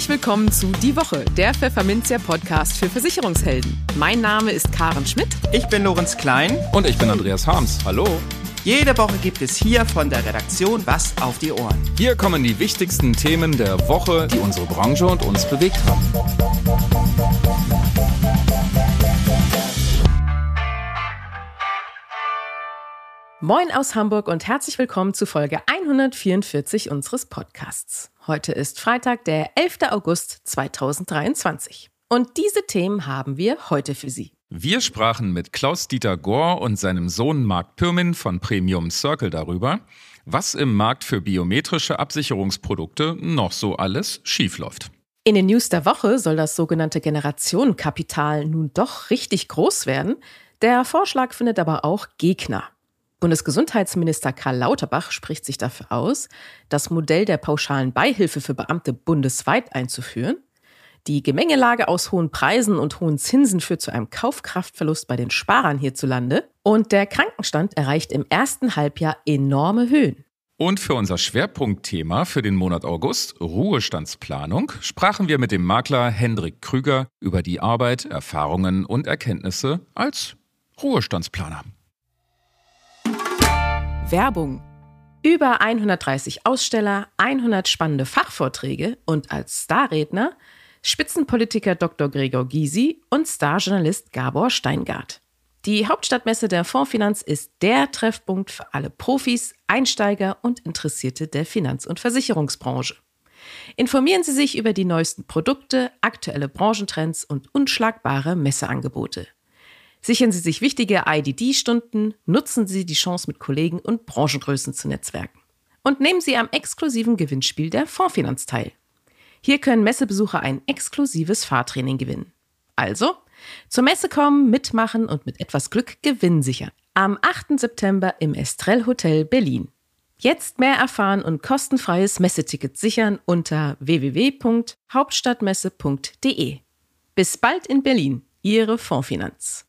Herzlich willkommen zu Die Woche, der Pfefferminzia-Podcast für Versicherungshelden. Mein Name ist Karen Schmidt. Ich bin Lorenz Klein. Und ich bin Andreas Harms. Hallo. Jede Woche gibt es hier von der Redaktion was auf die Ohren. Hier kommen die wichtigsten Themen der Woche, die unsere Branche und uns bewegt haben. Moin aus Hamburg und herzlich willkommen zu Folge 144 unseres Podcasts. Heute ist Freitag, der 11. August 2023. Und diese Themen haben wir heute für Sie. Wir sprachen mit Klaus-Dieter Gohr und seinem Sohn Marc Pirmin von Premium Circle darüber, was im Markt für biometrische Absicherungsprodukte noch so alles schiefläuft. In den News der Woche soll das sogenannte Generationenkapital nun doch richtig groß werden. Der Vorschlag findet aber auch Gegner. Bundesgesundheitsminister Karl Lauterbach spricht sich dafür aus, das Modell der pauschalen Beihilfe für Beamte bundesweit einzuführen. Die Gemengelage aus hohen Preisen und hohen Zinsen führt zu einem Kaufkraftverlust bei den Sparern hierzulande. Und der Krankenstand erreicht im ersten Halbjahr enorme Höhen. Und für unser Schwerpunktthema für den Monat August, Ruhestandsplanung, sprachen wir mit dem Makler Hendrik Krüger über die Arbeit, Erfahrungen und Erkenntnisse als Ruhestandsplaner. Werbung. Über 130 Aussteller, 100 spannende Fachvorträge und als Starredner Spitzenpolitiker Dr. Gregor Gysi und Starjournalist Gabor Steingart. Die Hauptstadtmesse der Fondsfinanz ist der Treffpunkt für alle Profis, Einsteiger und Interessierte der Finanz- und Versicherungsbranche. Informieren Sie sich über die neuesten Produkte, aktuelle Branchentrends und unschlagbare Messeangebote. Sichern Sie sich wichtige IDD-Stunden, nutzen Sie die Chance, mit Kollegen und Branchengrößen zu netzwerken. Und nehmen Sie am exklusiven Gewinnspiel der Fondsfinanz teil. Hier können Messebesucher ein exklusives Fahrtraining gewinnen. Also, zur Messe kommen, mitmachen und mit etwas Glück Gewinn sichern. Am 8. September im Estrell Hotel Berlin. Jetzt mehr erfahren und kostenfreies Messeticket sichern unter www.hauptstadtmesse.de. Bis bald in Berlin, Ihre Fondsfinanz.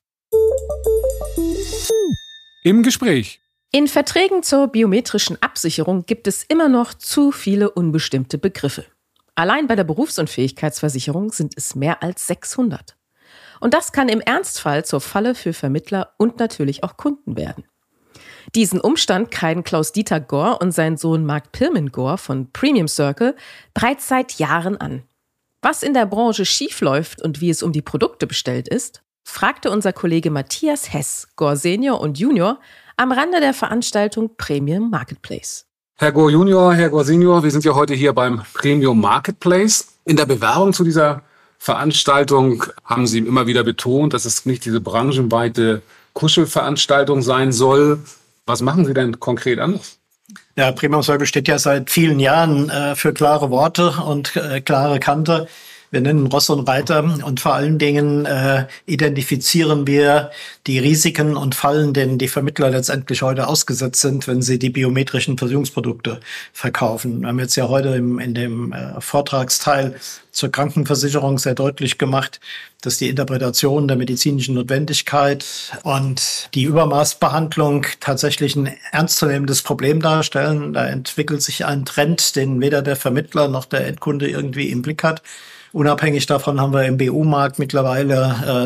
Im Gespräch. In Verträgen zur biometrischen Absicherung gibt es immer noch zu viele unbestimmte Begriffe. Allein bei der Berufsunfähigkeitsversicherung sind es mehr als 600. Und das kann im Ernstfall zur Falle für Vermittler und natürlich auch Kunden werden. Diesen Umstand kreiden Klaus-Dieter Gohr und sein Sohn Marc Pirmin Gohr von Premium Circle bereits seit Jahren an. Was in der Branche schiefläuft und wie es um die Produkte bestellt ist, fragte unser Kollege Matthias Hess, Gohr Senior und Junior, am Rande der Veranstaltung Premium Marketplace. Herr Gohr Junior, Herr Gohr Senior, wir sind ja heute hier beim Premium Marketplace. In der Bewerbung zu dieser Veranstaltung haben Sie immer wieder betont, dass es nicht diese branchenweite Kuschelveranstaltung sein soll. Was machen Sie denn konkret anders? Ja, Premium Circle steht ja seit vielen Jahren für klare Worte und klare Kante. Wir nennen Ross und Reiter und vor allen Dingen identifizieren wir die Risiken und Fallen, denen die Vermittler letztendlich heute ausgesetzt sind, wenn sie die biometrischen Versicherungsprodukte verkaufen. Wir haben jetzt ja heute in dem Vortragsteil zur Krankenversicherung sehr deutlich gemacht, dass die Interpretation der medizinischen Notwendigkeit und die Übermaßbehandlung tatsächlich ein ernstzunehmendes Problem darstellen. Da entwickelt sich ein Trend, den weder der Vermittler noch der Endkunde irgendwie im Blick hat. Unabhängig davon haben wir im BU-Markt mittlerweile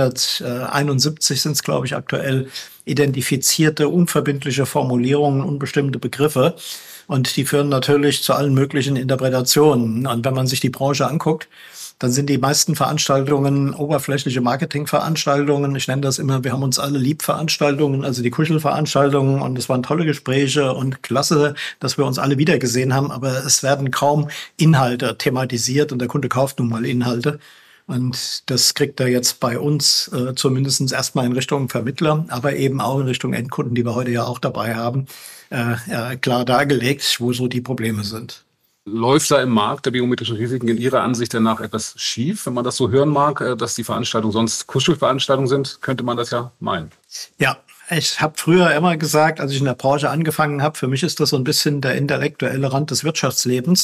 671 sind es, glaube ich, aktuell identifizierte, unverbindliche Formulierungen, unbestimmte Begriffe. Und die führen natürlich zu allen möglichen Interpretationen. Und wenn man sich die Branche anguckt, dann sind die meisten Veranstaltungen oberflächliche Marketingveranstaltungen. Ich nenne das immer, wir haben uns alle lieb Veranstaltungen, also die Kuschelveranstaltungen. Und es waren tolle Gespräche und klasse, dass wir uns alle wiedergesehen haben. Aber es werden kaum Inhalte thematisiert und der Kunde kauft nun mal Inhalte. Und das kriegt er jetzt bei uns zumindest erstmal in Richtung Vermittler, aber eben auch in Richtung Endkunden, die wir heute ja auch dabei haben, klar dargelegt, wo so die Probleme sind. Läuft da im Markt der biometrischen Risiken in Ihrer Ansicht danach etwas schief? Wenn man das so hören mag, dass die Veranstaltungen sonst Kuschelveranstaltungen sind, könnte man das ja meinen. Ja, ich habe früher immer gesagt, als ich in der Branche angefangen habe, für mich ist das so ein bisschen der intellektuelle Rand des Wirtschaftslebens.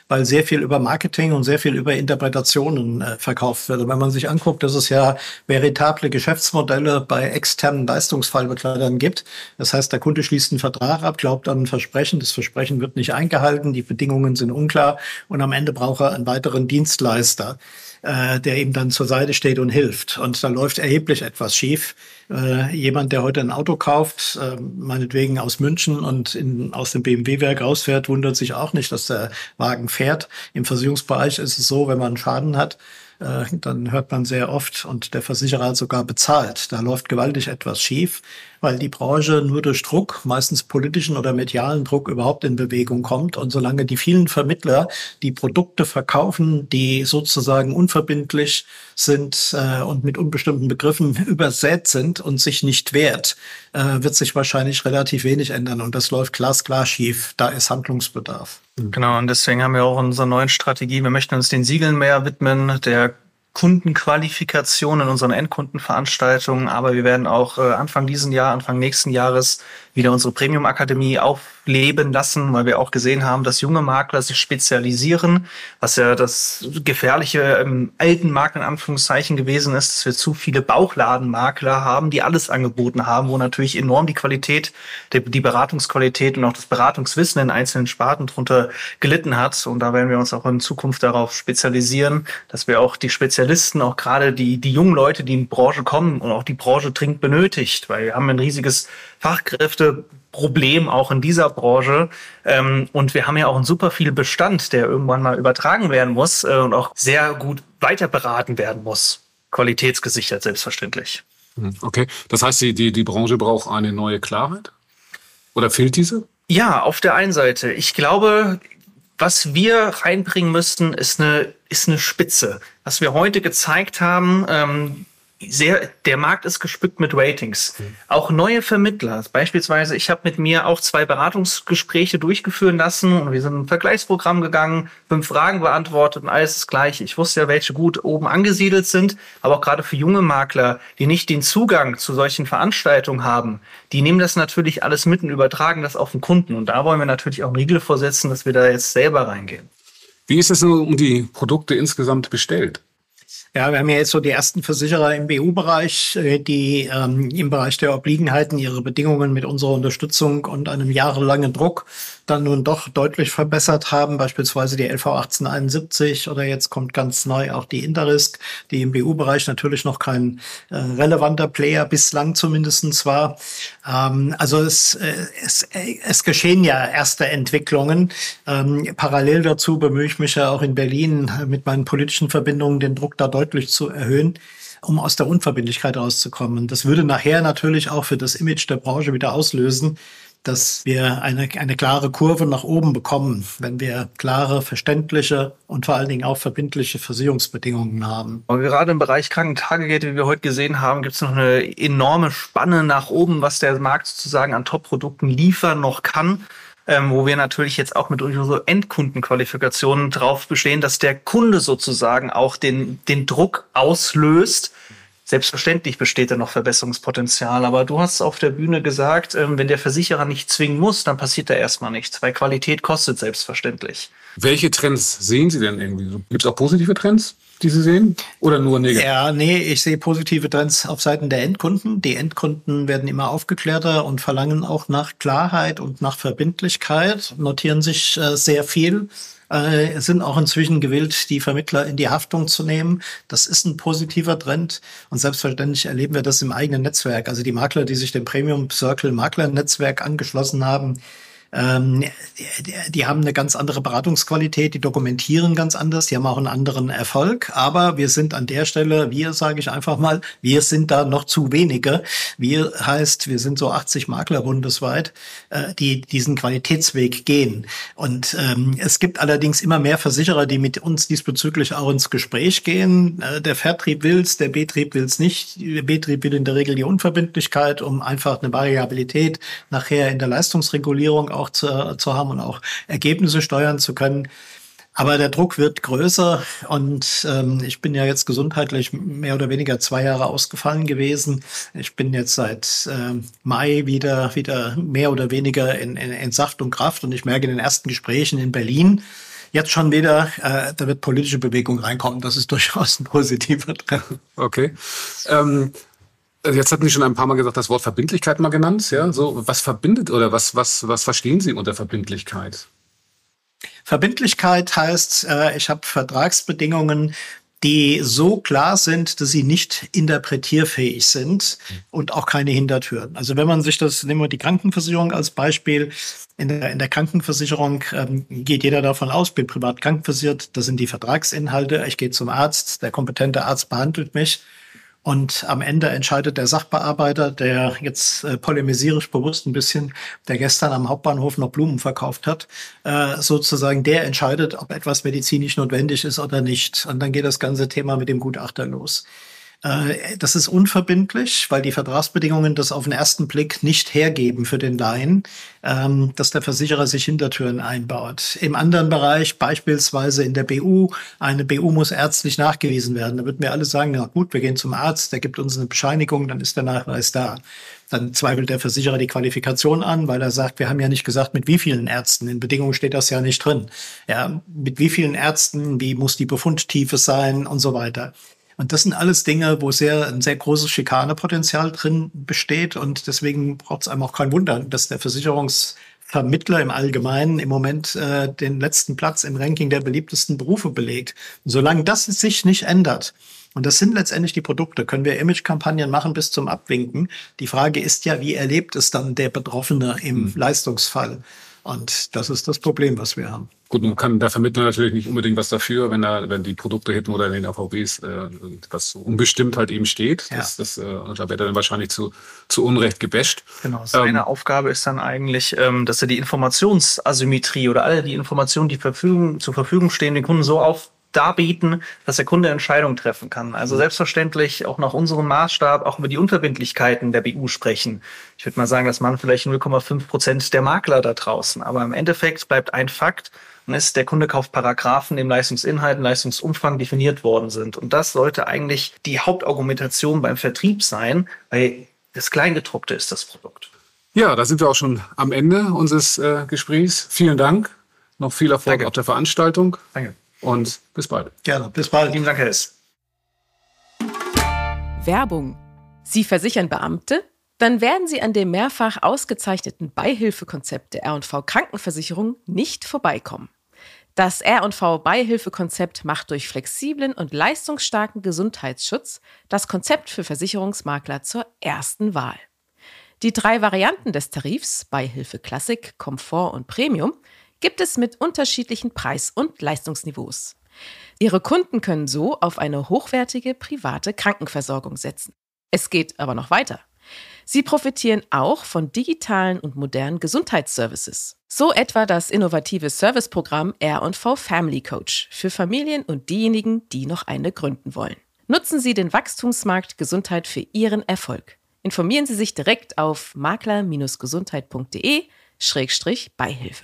weil sehr viel über Marketing und sehr viel über Interpretationen verkauft wird. Und wenn man sich anguckt, dass es ja veritable Geschäftsmodelle bei externen Leistungsfallbekleidern gibt. Das heißt, der Kunde schließt einen Vertrag ab, glaubt an ein Versprechen, das Versprechen wird nicht eingehalten, die Bedingungen sind unklar und am Ende braucht er einen weiteren Dienstleister, der ihm dann zur Seite steht und hilft. Und da läuft erheblich etwas schief. Jemand, der heute ein Auto kauft, meinetwegen aus München und aus dem BMW-Werk rausfährt, wundert sich auch nicht, dass der Wagen fährt. Im Versicherungsbereich ist es so, wenn man einen Schaden hat, dann hört man sehr oft, und der Versicherer hat sogar bezahlt. Da läuft gewaltig etwas schief, weil die Branche nur durch Druck, meistens politischen oder medialen Druck, überhaupt in Bewegung kommt. Und solange die vielen Vermittler die Produkte verkaufen, die sozusagen unverbindlich sind und mit unbestimmten Begriffen übersät sind und sich nicht wehrt, wird sich wahrscheinlich relativ wenig ändern. Und das läuft glasklar schief. Da ist Handlungsbedarf. Genau, und deswegen haben wir auch unsere neuen Strategie. Wir möchten uns den Siegeln mehr widmen, der Kundenqualifikation in unseren Endkundenveranstaltungen. Aber wir werden auch Anfang nächsten Jahres wieder unsere Premium-Akademie aufleben lassen, weil wir auch gesehen haben, dass junge Makler sich spezialisieren, was ja das Gefährliche im alten Markt in Anführungszeichen gewesen ist, dass wir zu viele Bauchladenmakler haben, die alles angeboten haben, wo natürlich enorm die Qualität, die Beratungsqualität und auch das Beratungswissen in einzelnen Sparten drunter gelitten hat. Und da werden wir uns auch in Zukunft darauf spezialisieren, dass wir auch die Spezialisten, auch gerade die jungen Leute, die in die Branche kommen und auch die Branche dringend benötigt, weil wir haben ein riesiges Fachkräfteproblem auch in dieser Branche. Und wir haben ja auch einen super viel Bestand, der irgendwann mal übertragen werden muss und auch sehr gut weiter beraten werden muss. Qualitätsgesichert, selbstverständlich. Okay, das heißt, die Branche braucht eine neue Klarheit? Oder fehlt diese? Ja, auf der einen Seite. Ich glaube, was wir reinbringen müssten, ist eine Spitze. Was wir heute gezeigt haben, der Markt ist gespickt mit Ratings. Auch neue Vermittler. Beispielsweise, ich habe mit mir auch 2 Beratungsgespräche durchgeführen lassen und wir sind in ein Vergleichsprogramm gegangen, 5 Fragen beantwortet und alles das Gleiche. Ich wusste ja, welche gut oben angesiedelt sind, aber auch gerade für junge Makler, die nicht den Zugang zu solchen Veranstaltungen haben, die nehmen das natürlich alles mit und übertragen das auf den Kunden. Und da wollen wir natürlich auch einen Riegel vorsetzen, dass wir da jetzt selber reingehen. Wie ist es um die Produkte insgesamt bestellt? Ja, wir haben ja jetzt so die ersten Versicherer im BU-Bereich, die im Bereich der Obliegenheiten ihre Bedingungen mit unserer Unterstützung und einem jahrelangen Druck dann nun doch deutlich verbessert haben, beispielsweise die LV 1871 oder jetzt kommt ganz neu auch die Interrisk, die im BU-Bereich natürlich noch kein relevanter Player bislang zumindest war. Also es geschehen ja erste Entwicklungen. Parallel dazu bemühe ich mich ja auch in Berlin mit meinen politischen Verbindungen den Druck da deutlich zu erhöhen, um aus der Unverbindlichkeit rauszukommen. Das würde nachher natürlich auch für das Image der Branche wieder auslösen, dass wir eine klare Kurve nach oben bekommen, wenn wir klare, verständliche und vor allen Dingen auch verbindliche Versicherungsbedingungen haben. Und gerade im Bereich Krankentagegeld, wie wir heute gesehen haben, gibt es noch eine enorme Spanne nach oben, was der Markt sozusagen an Top-Produkten liefern noch kann. Wo wir natürlich jetzt auch mit unserer Endkundenqualifikation drauf bestehen, dass der Kunde sozusagen auch den Druck auslöst. Selbstverständlich besteht da noch Verbesserungspotenzial, aber du hast auf der Bühne gesagt, wenn der Versicherer nicht zwingen muss, dann passiert da erstmal nichts, weil Qualität kostet selbstverständlich. Welche Trends sehen Sie denn irgendwie? Gibt es auch positive Trends, die Sie sehen? Oder nur negativ? Ja, nee, ich sehe positive Trends auf Seiten der Endkunden. Die Endkunden werden immer aufgeklärter und verlangen auch nach Klarheit und nach Verbindlichkeit, notieren sich sehr viel. Sind auch inzwischen gewillt, die Vermittler in die Haftung zu nehmen. Das ist ein positiver Trend. Und selbstverständlich erleben wir das im eigenen Netzwerk. Also die Makler, die sich dem Premium Circle Makler-Netzwerk angeschlossen haben, die haben eine ganz andere Beratungsqualität, die dokumentieren ganz anders, die haben auch einen anderen Erfolg, aber wir sind an der Stelle, sage ich einfach mal, wir sind da noch zu wenige. Wir heißt, wir sind so 80 Makler bundesweit, die diesen Qualitätsweg gehen. Und es gibt allerdings immer mehr Versicherer, die mit uns diesbezüglich auch ins Gespräch gehen. Der Vertrieb will's, der Betrieb will's nicht. Der Betrieb will in der Regel die Unverbindlichkeit, um einfach eine Variabilität nachher in der Leistungsregulierung auch zu haben und auch Ergebnisse steuern zu können. Aber der Druck wird größer und ich bin ja jetzt gesundheitlich mehr oder weniger 2 Jahre ausgefallen gewesen. Ich bin jetzt seit Mai wieder mehr oder weniger in Saft und Kraft und ich merke in den ersten Gesprächen in Berlin, jetzt schon wieder, da wird politische Bewegung reinkommen. Das ist durchaus ein positiver Trend. Okay. Jetzt hatten Sie schon ein paar Mal gesagt, das Wort Verbindlichkeit mal genannt. Ja, so was verbindet oder was verstehen Sie unter Verbindlichkeit? Verbindlichkeit heißt, ich habe Vertragsbedingungen, die so klar sind, dass sie nicht interpretierfähig sind und auch keine Hintertüren. Also wenn man sich nehmen wir die Krankenversicherung als Beispiel. In der Krankenversicherung geht jeder davon aus, bin privat krankenversichert, das sind die Vertragsinhalte, ich gehe zum Arzt, der kompetente Arzt behandelt mich. Und am Ende entscheidet der Sachbearbeiter, der jetzt polemisierisch bewusst ein bisschen, der gestern am Hauptbahnhof noch Blumen verkauft hat, sozusagen der entscheidet, ob etwas medizinisch notwendig ist oder nicht. Und dann geht das ganze Thema mit dem Gutachter los. Das ist unverbindlich, weil die Vertragsbedingungen das auf den ersten Blick nicht hergeben für den Laien, dass der Versicherer sich Hintertüren einbaut. Im anderen Bereich, beispielsweise in der BU, eine BU muss ärztlich nachgewiesen werden. Da würden wir alle sagen, na gut, wir gehen zum Arzt, der gibt uns eine Bescheinigung, dann ist der Nachweis da. Dann zweifelt der Versicherer die Qualifikation an, weil er sagt, wir haben ja nicht gesagt, mit wie vielen Ärzten. In Bedingungen steht das ja nicht drin. Ja, mit wie vielen Ärzten, wie muss die Befundtiefe sein und so weiter. Und das sind alles Dinge, wo ein sehr großes Schikanepotenzial drin besteht. Und deswegen braucht es einem auch kein Wunder, dass der Versicherungsvermittler im Allgemeinen im Moment den letzten Platz im Ranking der beliebtesten Berufe belegt. Und solange das sich nicht ändert, und das sind letztendlich die Produkte, können wir Imagekampagnen machen bis zum Abwinken. Die Frage ist ja, wie erlebt es dann der Betroffene im Leistungsfall? Und das ist das Problem, was wir haben. Gut, nun kann der Vermittler natürlich nicht unbedingt was dafür, wenn die Produkte hinten oder in den AVBs was unbestimmt halt eben steht. Ja. Und da wird er dann wahrscheinlich zu Unrecht gebasht. Genau, seine Aufgabe ist dann eigentlich, dass er die Informationsasymmetrie oder alle die Informationen, die zur Verfügung stehen, den Kunden so darbieten, dass der Kunde Entscheidungen treffen kann. Also selbstverständlich auch nach unserem Maßstab auch über die Unverbindlichkeiten der BU sprechen. Ich würde mal sagen, das machen vielleicht 0,5% der Makler da draußen. Aber im Endeffekt bleibt ein Fakt, und ist, der Kunde kauft Paragraphen, im Leistungsinhalt, Leistungsumfang definiert worden sind. Und das sollte eigentlich die Hauptargumentation beim Vertrieb sein, weil das Kleingedruckte ist das Produkt. Ja, da sind wir auch schon am Ende unseres Gesprächs. Vielen Dank. Noch viel Erfolg auf der Veranstaltung. Danke. Und bis bald. Gerne, bis bald. Vielen Dank, Herr Hess. Werbung. Sie versichern Beamte? Dann werden Sie an dem mehrfach ausgezeichneten Beihilfekonzept der R&V Krankenversicherung nicht vorbeikommen. Das R&V Beihilfekonzept macht durch flexiblen und leistungsstarken Gesundheitsschutz das Konzept für Versicherungsmakler zur ersten Wahl. Die 3 Varianten des Tarifs, Beihilfe Classic, Komfort und Premium, gibt es mit unterschiedlichen Preis- und Leistungsniveaus. Ihre Kunden können so auf eine hochwertige private Krankenversorgung setzen. Es geht aber noch weiter. Sie profitieren auch von digitalen und modernen Gesundheitsservices. So etwa das innovative Serviceprogramm R&V Family Coach für Familien und diejenigen, die noch eine gründen wollen. Nutzen Sie den Wachstumsmarkt Gesundheit für Ihren Erfolg. Informieren Sie sich direkt auf makler-gesundheit.de/Beihilfe.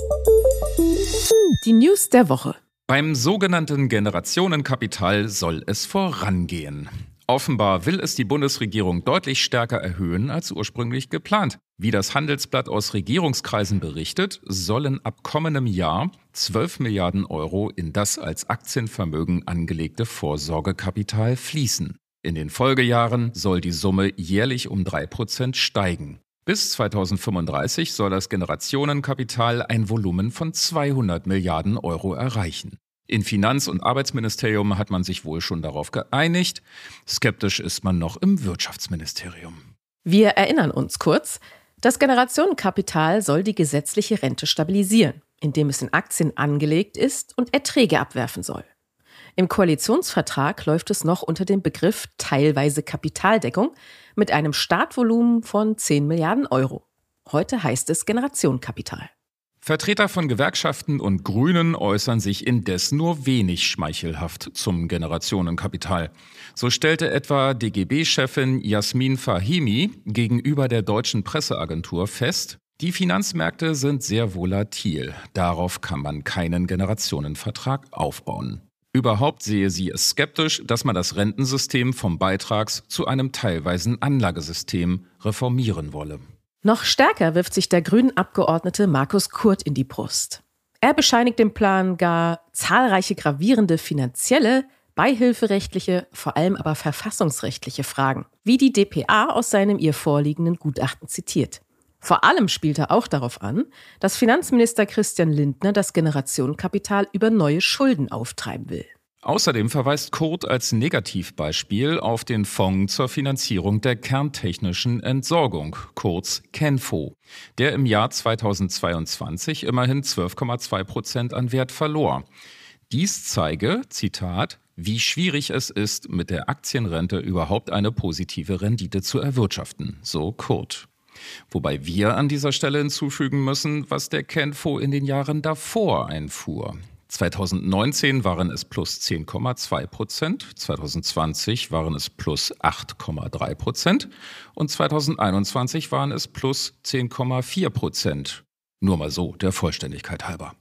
Die News der Woche. Beim sogenannten Generationenkapital soll es vorangehen. Offenbar will es die Bundesregierung deutlich stärker erhöhen als ursprünglich geplant. Wie das Handelsblatt aus Regierungskreisen berichtet, sollen ab kommendem Jahr 12 Milliarden Euro in das als Aktienvermögen angelegte Vorsorgekapital fließen. In den Folgejahren soll die Summe jährlich um 3% steigen. Bis 2035 soll das Generationenkapital ein Volumen von 200 Milliarden Euro erreichen. Im Finanz- und Arbeitsministerium hat man sich wohl schon darauf geeinigt. Skeptisch ist man noch im Wirtschaftsministerium. Wir erinnern uns kurz, das Generationenkapital soll die gesetzliche Rente stabilisieren, indem es in Aktien angelegt ist und Erträge abwerfen soll. Im Koalitionsvertrag läuft es noch unter dem Begriff teilweise Kapitaldeckung mit einem Startvolumen von 10 Milliarden Euro. Heute heißt es Generationenkapital. Vertreter von Gewerkschaften und Grünen äußern sich indes nur wenig schmeichelhaft zum Generationenkapital. So stellte etwa DGB-Chefin Jasmin Fahimi gegenüber der deutschen Presseagentur fest, die Finanzmärkte sind sehr volatil. Darauf kann man keinen Generationenvertrag aufbauen. Überhaupt sehe sie es skeptisch, dass man das Rentensystem vom Beitrags- zu einem teilweisen Anlagesystem reformieren wolle. Noch stärker wirft sich der Grünen-Abgeordnete Markus Kurt in die Brust. Er bescheinigt dem Plan gar zahlreiche gravierende finanzielle, beihilferechtliche, vor allem aber verfassungsrechtliche Fragen, wie die dpa aus seinem ihr vorliegenden Gutachten zitiert. Vor allem spielt er auch darauf an, dass Finanzminister Christian Lindner das Generationenkapital über neue Schulden auftreiben will. Außerdem verweist Kurt als Negativbeispiel auf den Fonds zur Finanzierung der kerntechnischen Entsorgung, kurz KENFO, der im Jahr 2022 immerhin 12,2% an Wert verlor. Dies zeige, Zitat, wie schwierig es ist, mit der Aktienrente überhaupt eine positive Rendite zu erwirtschaften, so Kurt. Wobei wir an dieser Stelle hinzufügen müssen, was der KENFO in den Jahren davor einfuhr. 2019 waren es plus 10,2%, 2020 waren es plus 8,3% und 2021 waren es plus 10,4%. Nur mal so, der Vollständigkeit halber.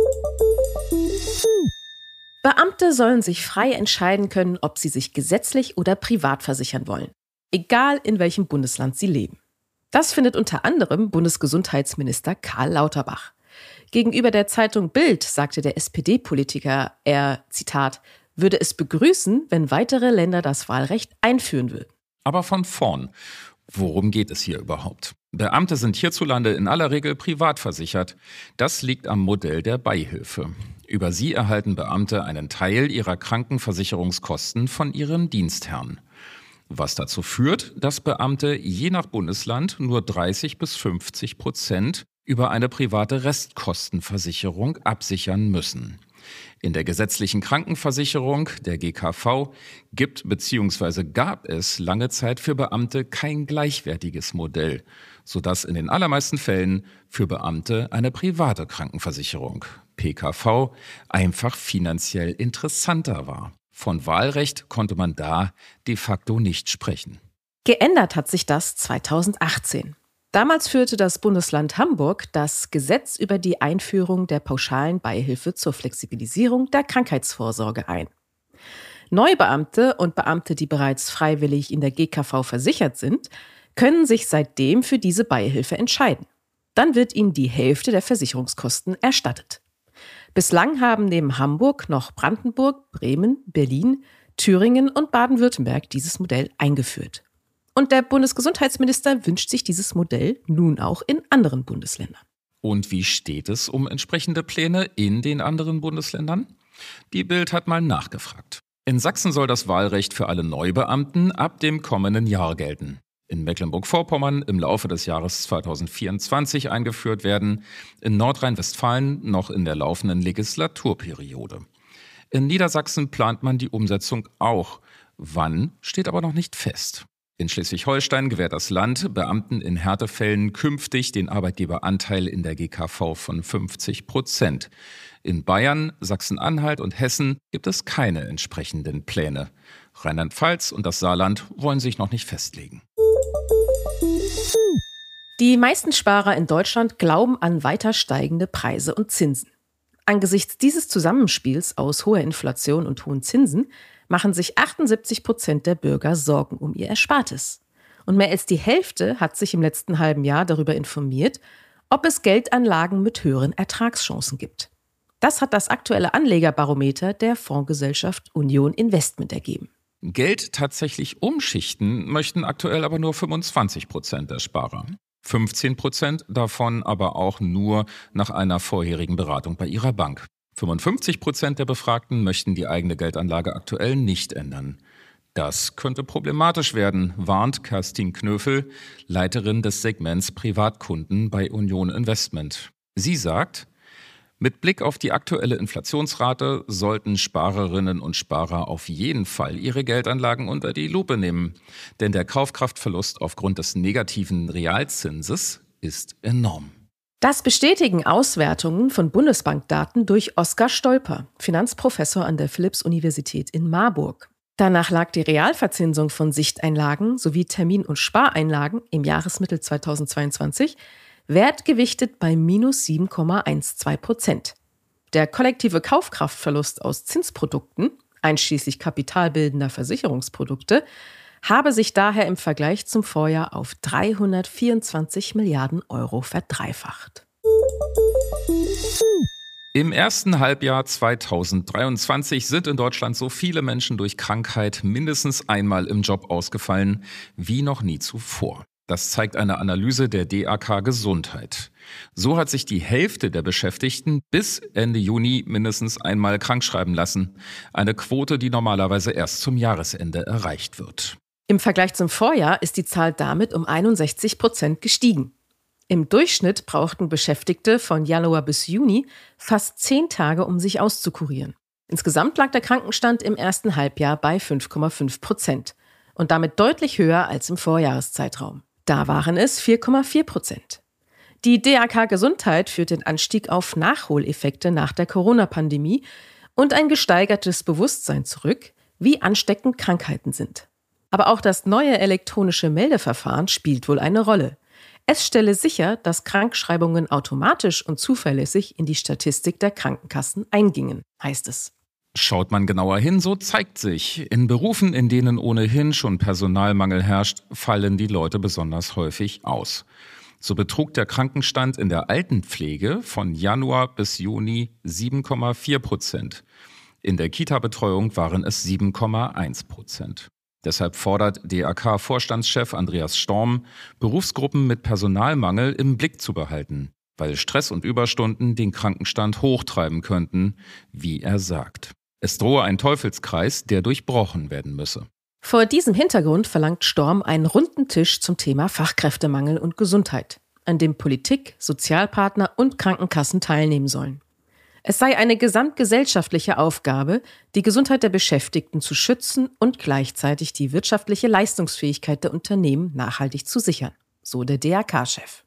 Beamte sollen sich frei entscheiden können, ob sie sich gesetzlich oder privat versichern wollen. Egal in welchem Bundesland sie leben. Das findet unter anderem Bundesgesundheitsminister Karl Lauterbach. Gegenüber der Zeitung Bild sagte der SPD-Politiker, er, Zitat, würde es begrüßen, wenn weitere Länder das Wahlrecht einführen würden. Aber von vorn. Worum geht es hier überhaupt? Beamte sind hierzulande in aller Regel privat versichert. Das liegt am Modell der Beihilfe. Über sie erhalten Beamte einen Teil ihrer Krankenversicherungskosten von ihrem Dienstherrn. Was dazu führt, dass Beamte je nach Bundesland nur 30-50% über eine private Restkostenversicherung absichern müssen. In der gesetzlichen Krankenversicherung, der GKV, gibt bzw. gab es lange Zeit für Beamte kein gleichwertiges Modell, sodass in den allermeisten Fällen für Beamte eine private Krankenversicherung, PKV, einfach finanziell interessanter war. Von Wahlrecht konnte man da de facto nicht sprechen. Geändert hat sich das 2018. Damals führte das Bundesland Hamburg das Gesetz über die Einführung der pauschalen Beihilfe zur Flexibilisierung der Krankheitsvorsorge ein. Neubeamte und Beamte, die bereits freiwillig in der GKV versichert sind, können sich seitdem für diese Beihilfe entscheiden. Dann wird ihnen die Hälfte der Versicherungskosten erstattet. Bislang haben neben Hamburg noch Brandenburg, Bremen, Berlin, Thüringen und Baden-Württemberg dieses Modell eingeführt. Und der Bundesgesundheitsminister wünscht sich dieses Modell nun auch in anderen Bundesländern. Und wie steht es um entsprechende Pläne in den anderen Bundesländern? Die Bild hat mal nachgefragt. In Sachsen soll das Wahlrecht für alle Neubeamten ab dem kommenden Jahr gelten. In Mecklenburg-Vorpommern im Laufe des Jahres 2024 eingeführt werden, in Nordrhein-Westfalen noch in der laufenden Legislaturperiode. In Niedersachsen plant man die Umsetzung auch. Wann, steht aber noch nicht fest. In Schleswig-Holstein gewährt das Land Beamten in Härtefällen künftig den Arbeitgeberanteil in der GKV von 50%. In Bayern, Sachsen-Anhalt und Hessen gibt es keine entsprechenden Pläne. Rheinland-Pfalz und das Saarland wollen sich noch nicht festlegen. Die meisten Sparer in Deutschland glauben an weiter steigende Preise und Zinsen. Angesichts dieses Zusammenspiels aus hoher Inflation und hohen Zinsen machen sich 78% der Bürger Sorgen um ihr Erspartes. Und mehr als die Hälfte hat sich im letzten halben Jahr darüber informiert, ob es Geldanlagen mit höheren Ertragschancen gibt. Das hat das aktuelle Anlegerbarometer der Fondsgesellschaft Union Investment ergeben. Geld tatsächlich umschichten möchten aktuell aber nur 25% der Sparer. 15% davon aber auch nur nach einer vorherigen Beratung bei ihrer Bank. 55% der Befragten möchten die eigene Geldanlage aktuell nicht ändern. Das könnte problematisch werden, warnt Kerstin Knöfel, Leiterin des Segments Privatkunden bei Union Investment. Sie sagt, mit Blick auf die aktuelle Inflationsrate sollten Sparerinnen und Sparer auf jeden Fall ihre Geldanlagen unter die Lupe nehmen. Denn der Kaufkraftverlust aufgrund des negativen Realzinses ist enorm. Das bestätigen Auswertungen von Bundesbankdaten durch Oskar Stolper, Finanzprofessor an der Philipps-Universität in Marburg. Danach lag die Realverzinsung von Sichteinlagen sowie Termin- und Spareinlagen im Jahresmittel 2022 wertgewichtet bei minus 7,12%. Der kollektive Kaufkraftverlust aus Zinsprodukten, einschließlich kapitalbildender Versicherungsprodukte, habe sich daher im Vergleich zum Vorjahr auf 324 Milliarden Euro verdreifacht. Im ersten Halbjahr 2023 sind in Deutschland so viele Menschen durch Krankheit mindestens einmal im Job ausgefallen wie noch nie zuvor. Das zeigt eine Analyse der DAK Gesundheit. So hat sich die Hälfte der Beschäftigten bis Ende Juni mindestens einmal krankschreiben lassen. Eine Quote, die normalerweise erst zum Jahresende erreicht wird. Im Vergleich zum Vorjahr ist die Zahl damit um 61% gestiegen. Im Durchschnitt brauchten Beschäftigte von Januar bis Juni fast 10 Tage, um sich auszukurieren. Insgesamt lag der Krankenstand im ersten Halbjahr bei 5,5% und damit deutlich höher als im Vorjahreszeitraum. Da waren es 4,4%. Die DAK Gesundheit führt den Anstieg auf Nachholeffekte nach der Corona-Pandemie und ein gesteigertes Bewusstsein zurück, wie ansteckend Krankheiten sind. Aber auch das neue elektronische Meldeverfahren spielt wohl eine Rolle. Es stelle sicher, dass Krankschreibungen automatisch und zuverlässig in die Statistik der Krankenkassen eingingen, heißt es. Schaut man genauer hin, so zeigt sich, in Berufen, in denen ohnehin schon Personalmangel herrscht, fallen die Leute besonders häufig aus. So betrug der Krankenstand in der Altenpflege von Januar bis Juni 7,4%. In der Kita-Betreuung waren es 7,1%. Deshalb fordert DAK-Vorstandschef Andreas Storm, Berufsgruppen mit Personalmangel im Blick zu behalten, weil Stress und Überstunden den Krankenstand hochtreiben könnten, wie er sagt. Es drohe ein Teufelskreis, der durchbrochen werden müsse. Vor diesem Hintergrund verlangt Storm einen runden Tisch zum Thema Fachkräftemangel und Gesundheit, an dem Politik, Sozialpartner und Krankenkassen teilnehmen sollen. Es sei eine gesamtgesellschaftliche Aufgabe, die Gesundheit der Beschäftigten zu schützen und gleichzeitig die wirtschaftliche Leistungsfähigkeit der Unternehmen nachhaltig zu sichern, so der DAK-Chef.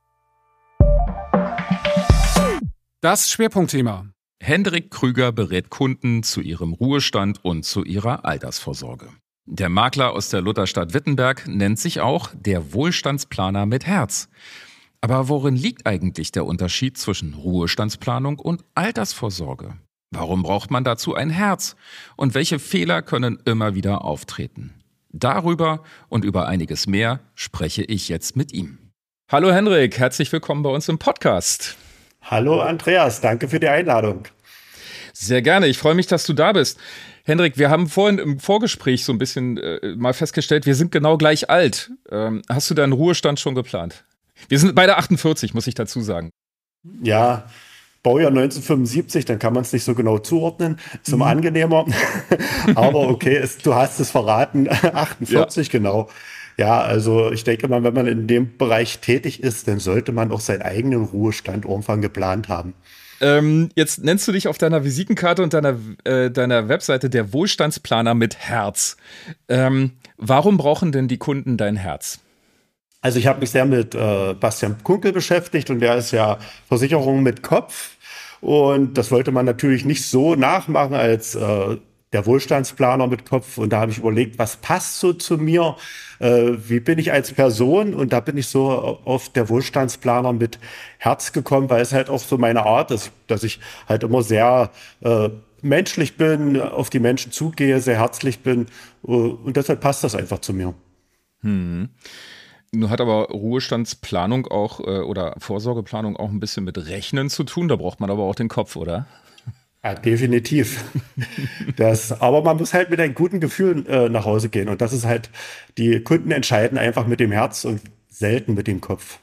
Das Schwerpunktthema. Hendrik Krüger berät Kunden zu ihrem Ruhestand und zu ihrer Altersvorsorge. Der Makler aus der Lutherstadt Wittenberg nennt sich auch der Wohlstandsplaner mit Herz. Aber worin liegt eigentlich der Unterschied zwischen Ruhestandsplanung und Altersvorsorge? Warum braucht man dazu ein Herz? Und welche Fehler können immer wieder auftreten? Darüber und über einiges mehr spreche ich jetzt mit ihm. Hallo Hendrik, herzlich willkommen bei uns im Podcast. Hallo Andreas, danke für die Einladung. Sehr gerne, ich freue mich, dass du da bist. Hendrik, wir haben vorhin im Vorgespräch so ein bisschen mal festgestellt, wir sind genau gleich alt. Hast du deinen Ruhestand schon geplant? Wir sind beide 48, muss ich dazu sagen. Ja, Baujahr 1975, dann kann man es nicht so genau zuordnen. Ist immer angenehmer. Aber okay, du hast es verraten, 48 ja. Genau. Ja, also ich denke mal, wenn man in dem Bereich tätig ist, dann sollte man auch seinen eigenen Ruhestand irgendwann geplant haben. Jetzt nennst du dich auf deiner Visitenkarte und deiner Webseite der Wohlstandsplaner mit Herz. Warum brauchen denn die Kunden dein Herz? Also ich habe mich sehr mit Bastian Kunkel beschäftigt und der ist ja Versicherung mit Kopf und das wollte man natürlich nicht so nachmachen als der Wohlstandsplaner mit Kopf und da habe ich überlegt, was passt so zu mir, wie bin ich als Person und da bin ich so auf der Wohlstandsplaner mit Herz gekommen, weil es halt auch so meine Art ist, dass ich halt immer sehr menschlich bin, auf die Menschen zugehe, sehr herzlich bin und deshalb passt das einfach zu mir. Nun hat aber Ruhestandsplanung auch oder Vorsorgeplanung auch ein bisschen mit Rechnen zu tun. Da braucht man aber auch den Kopf, oder? Ja, definitiv. Aber man muss halt mit einem guten Gefühl nach Hause gehen. Und das ist halt, die Kunden entscheiden einfach mit dem Herz und selten mit dem Kopf.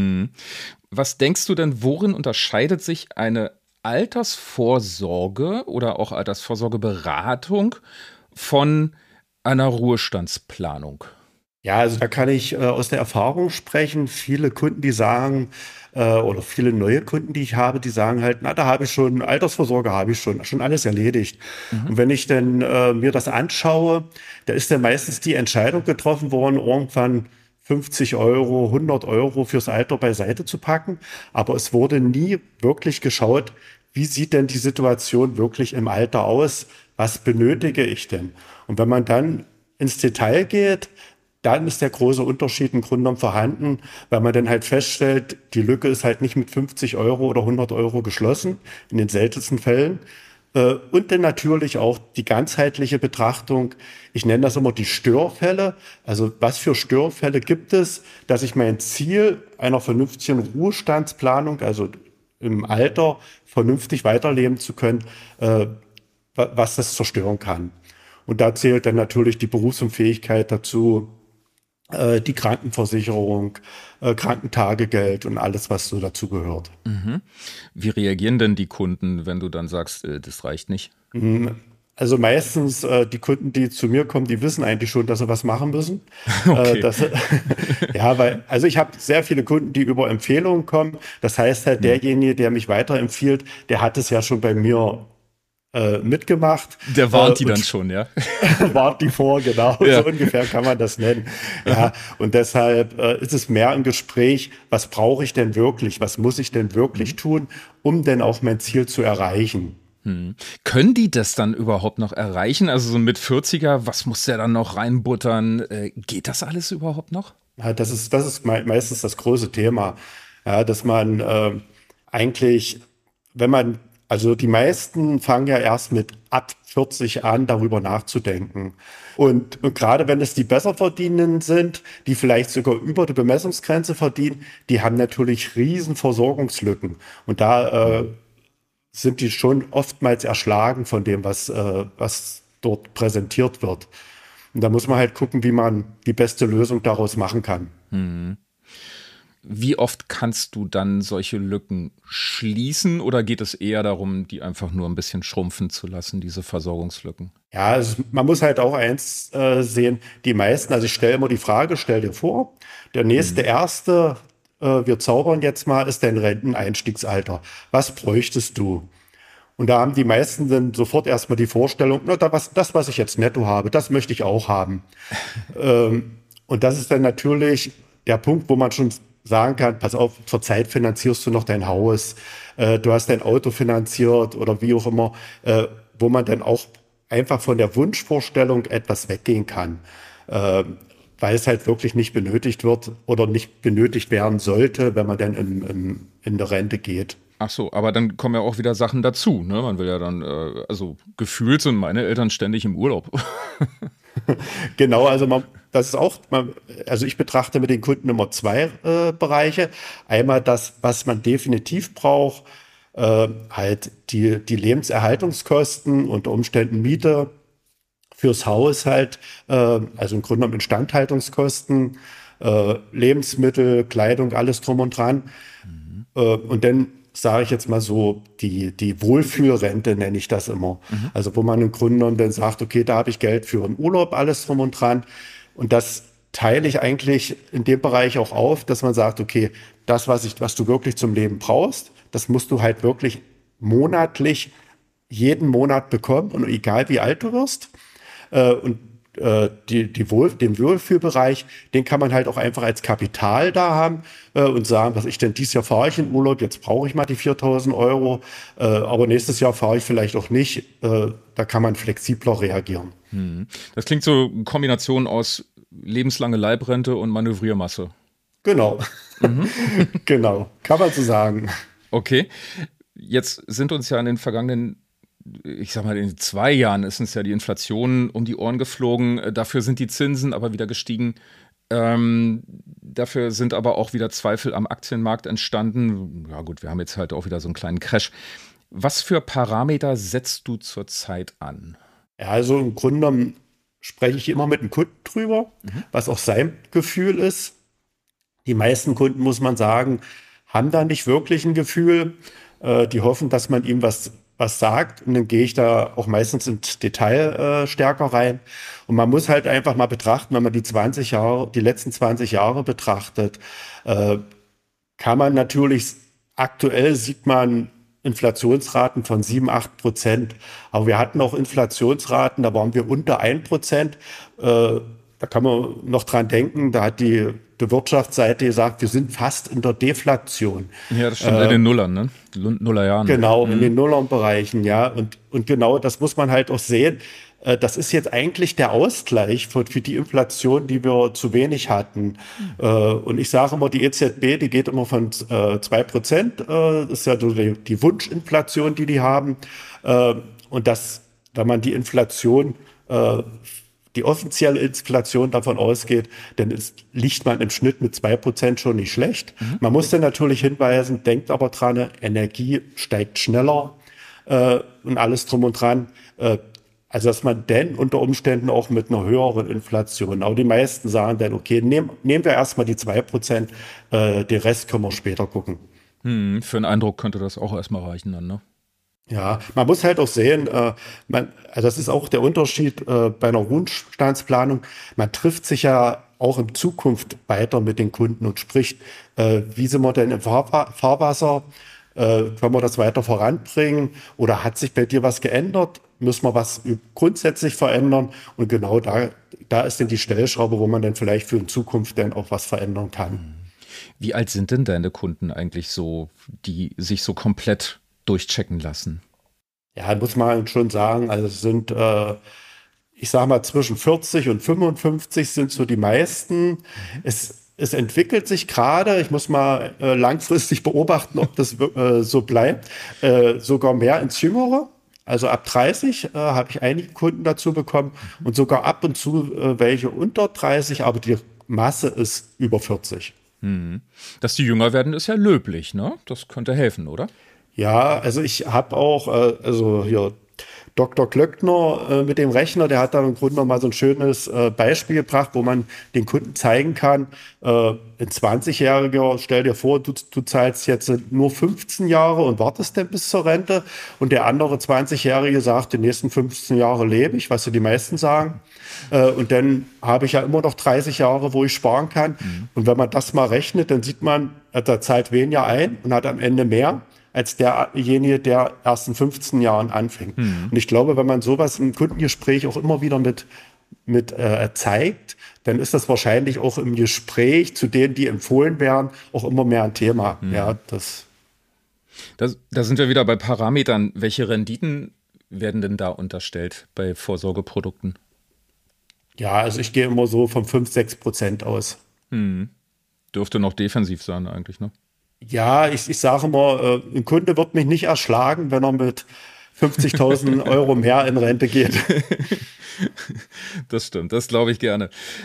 Was denkst du denn, worin unterscheidet sich eine Altersvorsorge oder auch Altersvorsorgeberatung von einer Ruhestandsplanung? Ja, also da kann ich aus der Erfahrung sprechen. Viele Kunden, die sagen, oder viele neue Kunden, die ich habe, die sagen halt, na, da habe ich schon, Altersvorsorge habe ich schon alles erledigt. Und wenn ich dann mir das anschaue, da ist dann meistens die Entscheidung getroffen worden, irgendwann 50 Euro, 100 Euro fürs Alter beiseite zu packen. Aber es wurde nie wirklich geschaut, wie sieht denn die Situation wirklich im Alter aus? Was benötige ich denn? Und wenn man dann ins Detail geht, dann ist der große Unterschied im Grunde genommen vorhanden, weil man dann halt feststellt, die Lücke ist halt nicht mit 50 Euro oder 100 Euro geschlossen, in den seltensten Fällen. Und dann natürlich auch die ganzheitliche Betrachtung. Ich nenne das immer die Störfälle. Also was für Störfälle gibt es, dass ich mein Ziel einer vernünftigen Ruhestandsplanung, also im Alter vernünftig weiterleben zu können, was das zerstören kann. Und da zählt dann natürlich die Berufsunfähigkeit dazu, die Krankenversicherung, Krankentagegeld und alles, was so dazu gehört. Wie reagieren denn die Kunden, wenn du dann sagst, das reicht nicht? Also meistens die Kunden, die zu mir kommen, die wissen eigentlich schon, dass sie was machen müssen. Okay. Also ich habe sehr viele Kunden, die über Empfehlungen kommen. Das heißt halt, derjenige, der mich weiterempfiehlt, der hat es ja schon bei mir mitgemacht. Der warnt die dann schon, ja? Warnt die vor, genau. Ja. So ungefähr kann man das nennen. Ja, und deshalb ist es mehr ein Gespräch, was brauche ich denn wirklich? Was muss ich denn wirklich tun, um denn auch mein Ziel zu erreichen? Können die das dann überhaupt noch erreichen? Also so mit 40er, was muss der dann noch reinbuttern? Geht das alles überhaupt noch? Ja, das ist meistens das große Thema. Ja, dass man eigentlich, also die meisten fangen ja erst mit ab 40 an, darüber nachzudenken. Und gerade wenn es die Besserverdienenden sind, die vielleicht sogar über der Bemessungsgrenze verdienen, die haben natürlich riesen Versorgungslücken. Und da sind die schon oftmals erschlagen von dem, was dort präsentiert wird. Und da muss man halt gucken, wie man die beste Lösung daraus machen kann. Wie oft kannst du dann solche Lücken schließen oder geht es eher darum, die einfach nur ein bisschen schrumpfen zu lassen, diese Versorgungslücken? Ja, also man muss halt auch eins sehen, die meisten, also ich stelle immer die Frage, stell dir vor, der nächste Erste, wir zaubern jetzt mal, ist dein Renteneinstiegsalter. Was bräuchtest du? Und da haben die meisten dann sofort erstmal die Vorstellung, na, das, was ich jetzt netto habe, das möchte ich auch haben. Und das ist dann natürlich der Punkt, wo man schon sagen kann, pass auf, zurzeit finanzierst du noch dein Haus, du hast dein Auto finanziert oder wie auch immer, wo man dann auch einfach von der Wunschvorstellung etwas weggehen kann, weil es halt wirklich nicht benötigt wird oder nicht benötigt werden sollte, wenn man dann in der Rente geht. Ach so, aber dann kommen ja auch wieder Sachen dazu, ne? Man will ja dann, also gefühlt sind meine Eltern ständig im Urlaub. Genau, also also ich betrachte mit den Kunden immer zwei Bereiche. Einmal das, was man definitiv braucht, halt die Lebenserhaltungskosten, unter Umständen Miete fürs Haus halt, also im Grunde genommen Instandhaltungskosten, Lebensmittel, Kleidung, alles drum und dran. Und dann sage ich jetzt mal so, die Wohlfühlrente nenne ich das immer. Also wo man im Grunde genommen dann sagt, okay, da habe ich Geld für einen Urlaub, alles drum und dran. Und das teile ich eigentlich in dem Bereich auch auf, dass man sagt, okay, das, was du wirklich zum Leben brauchst, das musst du halt wirklich monatlich jeden Monat bekommen, und egal wie alt du wirst. Und den Wohlfühlbereich, den kann man halt auch einfach als Kapital da haben und sagen, was ich denn, dieses Jahr fahre ich in Urlaub, jetzt brauche ich mal die 4.000 Euro, aber nächstes Jahr fahre ich vielleicht auch nicht. Da kann man flexibler reagieren. Das klingt so eine Kombination aus lebenslange Leibrente und Manövriermasse. Genau, genau, kann man so sagen. Okay, jetzt sind uns ja in den vergangenen, ich sag mal, in 2 Jahren ist uns ja die Inflation um die Ohren geflogen. Dafür sind die Zinsen aber wieder gestiegen. Dafür sind aber auch wieder Zweifel am Aktienmarkt entstanden. Ja gut, wir haben jetzt halt auch wieder so einen kleinen Crash. Was für Parameter setzt du zurzeit an? Ja, also im Grunde genommen spreche ich immer mit dem Kunden drüber, was auch sein Gefühl ist. Die meisten Kunden, muss man sagen, haben da nicht wirklich ein Gefühl. Die hoffen, dass man ihm was sagt, und dann gehe ich da auch meistens ins Detail stärker rein. Und man muss halt einfach mal betrachten, wenn man die letzten 20 Jahre betrachtet, kann man natürlich, aktuell sieht man Inflationsraten von 7-8%. Aber wir hatten auch Inflationsraten, da waren wir unter 1%. Da kann man noch dran denken, da hat die Wirtschaftsseite gesagt, wir sind fast in der Deflation. Ja, das stimmt, in den Nullern, ne? Nullerjahren. Genau, in den Nullernbereichen, ja. Und genau das muss man halt auch sehen. Das ist jetzt eigentlich der Ausgleich für die Inflation, die wir zu wenig hatten. Und ich sage immer, die EZB, die geht immer von 2%. Das ist ja die Wunschinflation, die haben. Und das, wenn man die Inflation die offizielle Inflation davon ausgeht, dann liegt man im Schnitt mit 2% schon nicht schlecht. Man muss dann natürlich hinweisen, denkt aber dran, Energie steigt schneller und alles drum und dran. Also dass man dann unter Umständen auch mit einer höheren Inflation, aber die meisten sagen dann, okay, nehmen wir erstmal die 2%, den Rest können wir später gucken. Für einen Eindruck könnte das auch erstmal reichen dann, ne? Ja, man muss halt auch sehen, also das ist auch der Unterschied bei einer Ruhestandsplanung. Man trifft sich ja auch in Zukunft weiter mit den Kunden und spricht, wie sind wir denn im Fahrwasser? Können wir das weiter voranbringen? Oder hat sich bei dir was geändert? Müssen wir was grundsätzlich verändern? Und genau da ist dann die Stellschraube, wo man dann vielleicht für in Zukunft dann auch was verändern kann. Wie alt sind denn deine Kunden eigentlich so, die sich so komplett durchchecken lassen? Ja, muss man schon sagen, also es sind, ich sag mal, zwischen 40 und 55 sind so die meisten. Es entwickelt sich gerade, ich muss mal langfristig beobachten, ob das so bleibt, sogar mehr ins Jüngere. Also ab 30 habe ich einige Kunden dazu bekommen und sogar ab und zu welche unter 30, aber die Masse ist über 40. Dass die jünger werden, ist ja löblich, ne? Das könnte helfen, oder? Ja, also ich habe auch, also hier Dr. Klöckner mit dem Rechner, der hat da im Grunde noch mal so ein schönes Beispiel gebracht, wo man den Kunden zeigen kann, ein 20-Jähriger, stell dir vor, du zahlst jetzt nur 15 Jahre und wartest dann bis zur Rente und der andere 20-Jährige sagt, die nächsten 15 Jahre lebe ich, was ja die meisten sagen. Und dann habe ich ja immer noch 30 Jahre, wo ich sparen kann. Und wenn man das mal rechnet, dann sieht man, er zahlt weniger ein und hat am Ende mehr als derjenige, der erst in 15 Jahren anfängt. Und ich glaube, wenn man sowas im Kundengespräch auch immer wieder mit zeigt, dann ist das wahrscheinlich auch im Gespräch zu denen, die empfohlen werden, auch immer mehr ein Thema. Ja, Da sind wir wieder bei Parametern. Welche Renditen werden denn da unterstellt bei Vorsorgeprodukten? Ja, also ich gehe immer so von 5-6% aus. Dürfte noch defensiv sein eigentlich, ne? Ja, ich sage immer, ein Kunde wird mich nicht erschlagen, wenn er mit 50.000 Euro mehr in Rente geht. Das stimmt, das glaube ich gerne.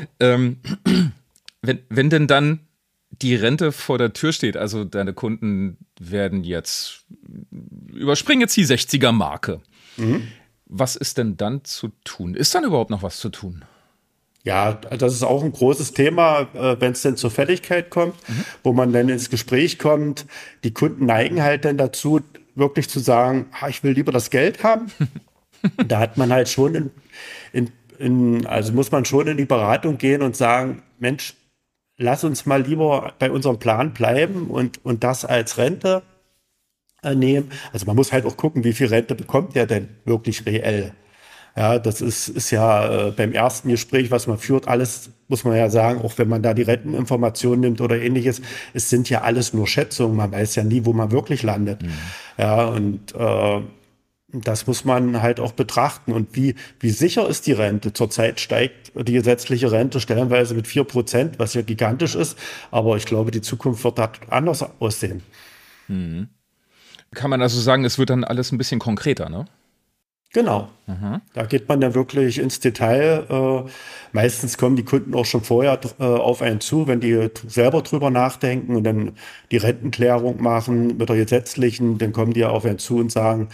Wenn denn dann die Rente vor der Tür steht, also deine Kunden werden jetzt, überspringen jetzt die 60er-Marke. Was ist denn dann zu tun? Ist dann überhaupt noch was zu tun? Ja, das ist auch ein großes Thema, wenn es denn zur Fälligkeit kommt, wo man dann ins Gespräch kommt. Die Kunden neigen halt dann dazu, wirklich zu sagen, ich will lieber das Geld haben. Da hat man halt schon also muss man schon in die Beratung gehen und sagen, Mensch, lass uns mal lieber bei unserem Plan bleiben und das als Rente nehmen. Also man muss halt auch gucken, wie viel Rente bekommt der denn wirklich reell. Ja, das ist ja beim ersten Gespräch, was man führt, alles, muss man ja sagen, auch wenn man da die Renteninformationen nimmt oder ähnliches, es sind ja alles nur Schätzungen, man weiß ja nie, wo man wirklich landet. Ja, und das muss man halt auch betrachten. Und wie sicher ist die Rente? Zurzeit steigt die gesetzliche Rente stellenweise mit 4%, was ja gigantisch ist, aber ich glaube, die Zukunft wird da anders aussehen. Kann man also sagen, es wird dann alles ein bisschen konkreter, ne? Genau. Da geht man dann wirklich ins Detail. Meistens kommen die Kunden auch schon vorher auf einen zu, wenn die selber drüber nachdenken und dann die Rentenklärung machen mit der gesetzlichen, dann kommen die auf einen zu und sagen,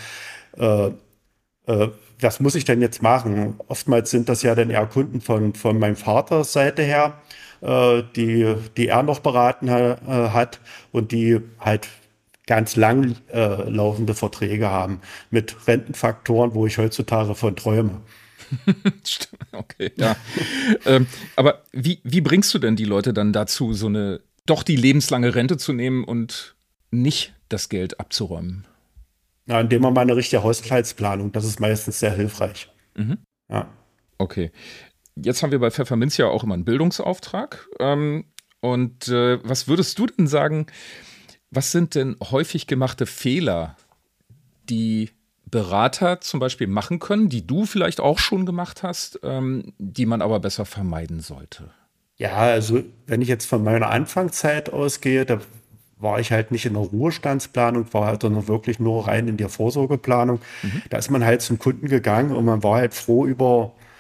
was muss ich denn jetzt machen? Oftmals sind das ja dann eher Kunden von meinem Vaters Seite her, die er noch beraten hat und die halt ganz lang laufende Verträge haben mit Rentenfaktoren, wo ich heutzutage von träume. Okay, ja. Aber wie bringst du denn die Leute dann dazu, doch die lebenslange Rente zu nehmen und nicht das Geld abzuräumen? Ja, indem man mal eine richtige Haushaltsplanung, das ist meistens sehr hilfreich. Ja. Okay. Jetzt haben wir bei Pfefferminz ja auch immer einen Bildungsauftrag. Was würdest du denn sagen, was sind denn häufig gemachte Fehler, die Berater zum Beispiel machen können, die du vielleicht auch schon gemacht hast, die man aber besser vermeiden sollte? Ja, also wenn ich jetzt von meiner Anfangszeit ausgehe, da war ich halt nicht in der Ruhestandsplanung, war halt dann wirklich nur rein in der Vorsorgeplanung. Da ist man halt zum Kunden gegangen und man war halt froh über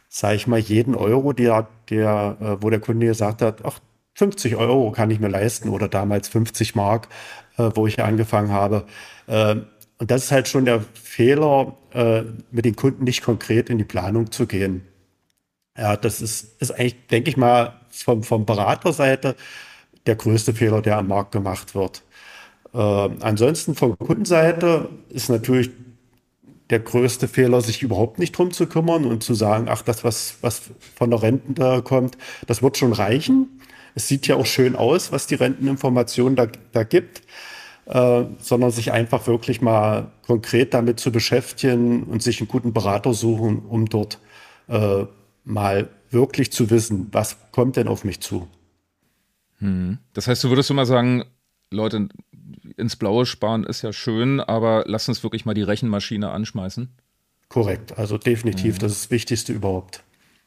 sage ich mal, jeden Euro, wo der Kunde gesagt hat, ach, 50 Euro kann ich mir leisten oder damals 50 Mark, wo ich angefangen habe. Und das ist halt schon der Fehler, mit den Kunden nicht konkret in die Planung zu gehen. Ja, das ist eigentlich, denke ich mal, vom Beraterseite der größte Fehler, der am Markt gemacht wird. Ansonsten von Kundenseite ist natürlich der größte Fehler, sich überhaupt nicht drum zu kümmern und zu sagen, ach, das, was von der Rente kommt, das wird schon reichen. Es sieht ja auch schön aus, was die Renteninformation da gibt, sondern sich einfach wirklich mal konkret damit zu beschäftigen und sich einen guten Berater suchen, um dort mal wirklich zu wissen, was kommt denn auf mich zu. Das heißt, du würdest immer sagen, Leute, ins Blaue sparen ist ja schön, aber lass uns wirklich mal die Rechenmaschine anschmeißen. Korrekt, also definitiv, das ist das Wichtigste überhaupt.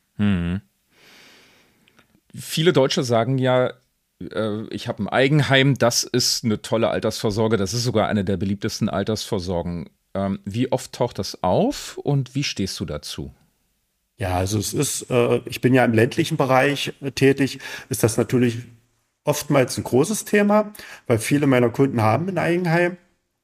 Viele Deutsche sagen ja, ich habe ein Eigenheim, das ist eine tolle Altersvorsorge, das ist sogar eine der beliebtesten Altersvorsorgen. Wie oft taucht das auf und wie stehst du dazu? Ja, also es ist, ich bin ja im ländlichen Bereich tätig, ist das natürlich oftmals ein großes Thema, weil viele meiner Kunden haben ein Eigenheim.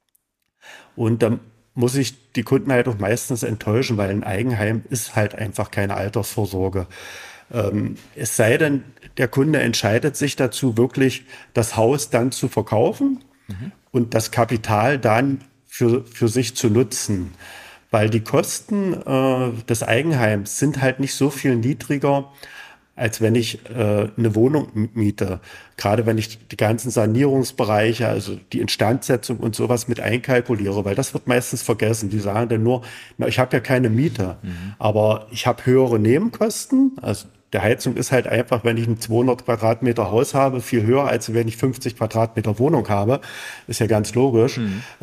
Und da muss ich die Kunden halt auch meistens enttäuschen, weil ein Eigenheim ist halt einfach keine Altersvorsorge. Es sei denn, der Kunde entscheidet sich dazu, wirklich das Haus dann zu verkaufen und das Kapital dann für sich zu nutzen. Weil die Kosten des Eigenheims sind halt nicht so viel niedriger, als wenn ich eine Wohnung miete. Gerade wenn ich die ganzen Sanierungsbereiche, also die Instandsetzung und sowas mit einkalkuliere, weil das wird meistens vergessen. Die sagen dann nur, na, ich habe ja keine Miete, aber ich habe höhere Nebenkosten. Also der Heizung ist halt einfach, wenn ich ein 200 Quadratmeter Haus habe, viel höher, als wenn ich 50 Quadratmeter Wohnung habe. Ist ja ganz logisch.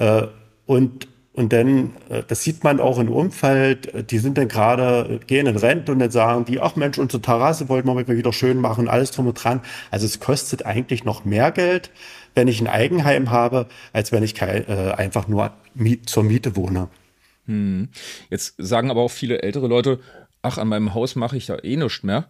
Und dann, das sieht man auch im Umfeld, die sind dann gerade, gehen in Rente und dann sagen die, ach Mensch, unsere Terrasse wollten wir mal wieder schön machen, alles drum und dran. Also es kostet eigentlich noch mehr Geld, wenn ich ein Eigenheim habe, als wenn ich einfach nur zur Miete wohne. Jetzt sagen aber auch viele ältere Leute, ach, an meinem Haus mache ich ja eh nichts mehr.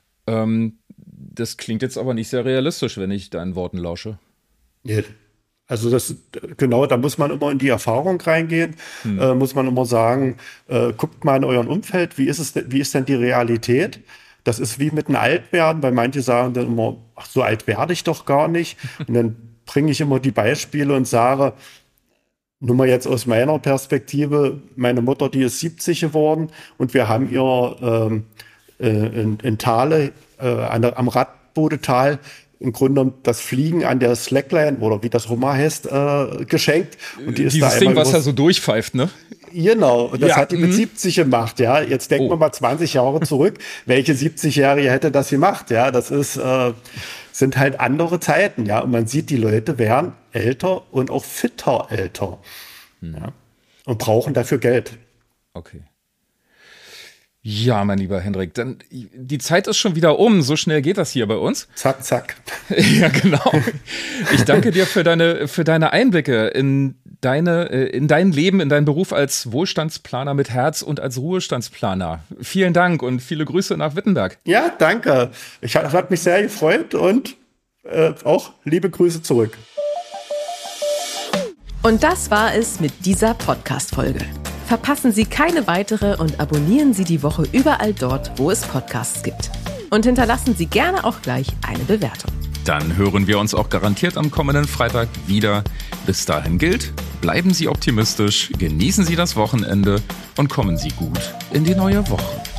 Das klingt jetzt aber nicht sehr realistisch, wenn ich deinen Worten lausche. Ja. Also genau, da muss man immer in die Erfahrung reingehen, muss man immer sagen, guckt mal in euren Umfeld, wie ist denn die Realität? Das ist wie mit einem Altwerden, weil manche sagen dann immer, ach, so alt werde ich doch gar nicht. Und dann bringe ich immer die Beispiele und sage, nur mal jetzt aus meiner Perspektive, meine Mutter, die ist 70 geworden und wir haben ihr in Thale, am Radbodetal, im Grunde das Fliegen an der Slackline oder wie das Roma heißt, geschenkt. Und die ist dieses Ding, was ja so durchpfeift, ne? Genau, und das hat die mit 70 gemacht, ja. Jetzt denken wir mal 20 Jahre zurück. Welche 70-Jährige hätte das gemacht, ja? Das sind halt andere Zeiten, ja. Und man sieht, die Leute werden älter und auch fitter älter. Ja? Und brauchen dafür Geld. Okay. Ja, mein lieber Hendrik, dann die Zeit ist schon wieder um. So schnell geht das hier bei uns. Zack, zack. Ja, genau. Ich danke dir für deine Einblicke in dein Leben, in deinen Beruf als Wohlstandsplaner mit Herz und als Ruhestandsplaner. Vielen Dank und viele Grüße nach Wittenberg. Ja, danke. Es hat mich sehr gefreut und auch liebe Grüße zurück. Und das war es mit dieser Podcast-Folge. Verpassen Sie keine weitere und abonnieren Sie die Woche überall dort, wo es Podcasts gibt. Und hinterlassen Sie gerne auch gleich eine Bewertung. Dann hören wir uns auch garantiert am kommenden Freitag wieder. Bis dahin gilt, bleiben Sie optimistisch, genießen Sie das Wochenende und kommen Sie gut in die neue Woche.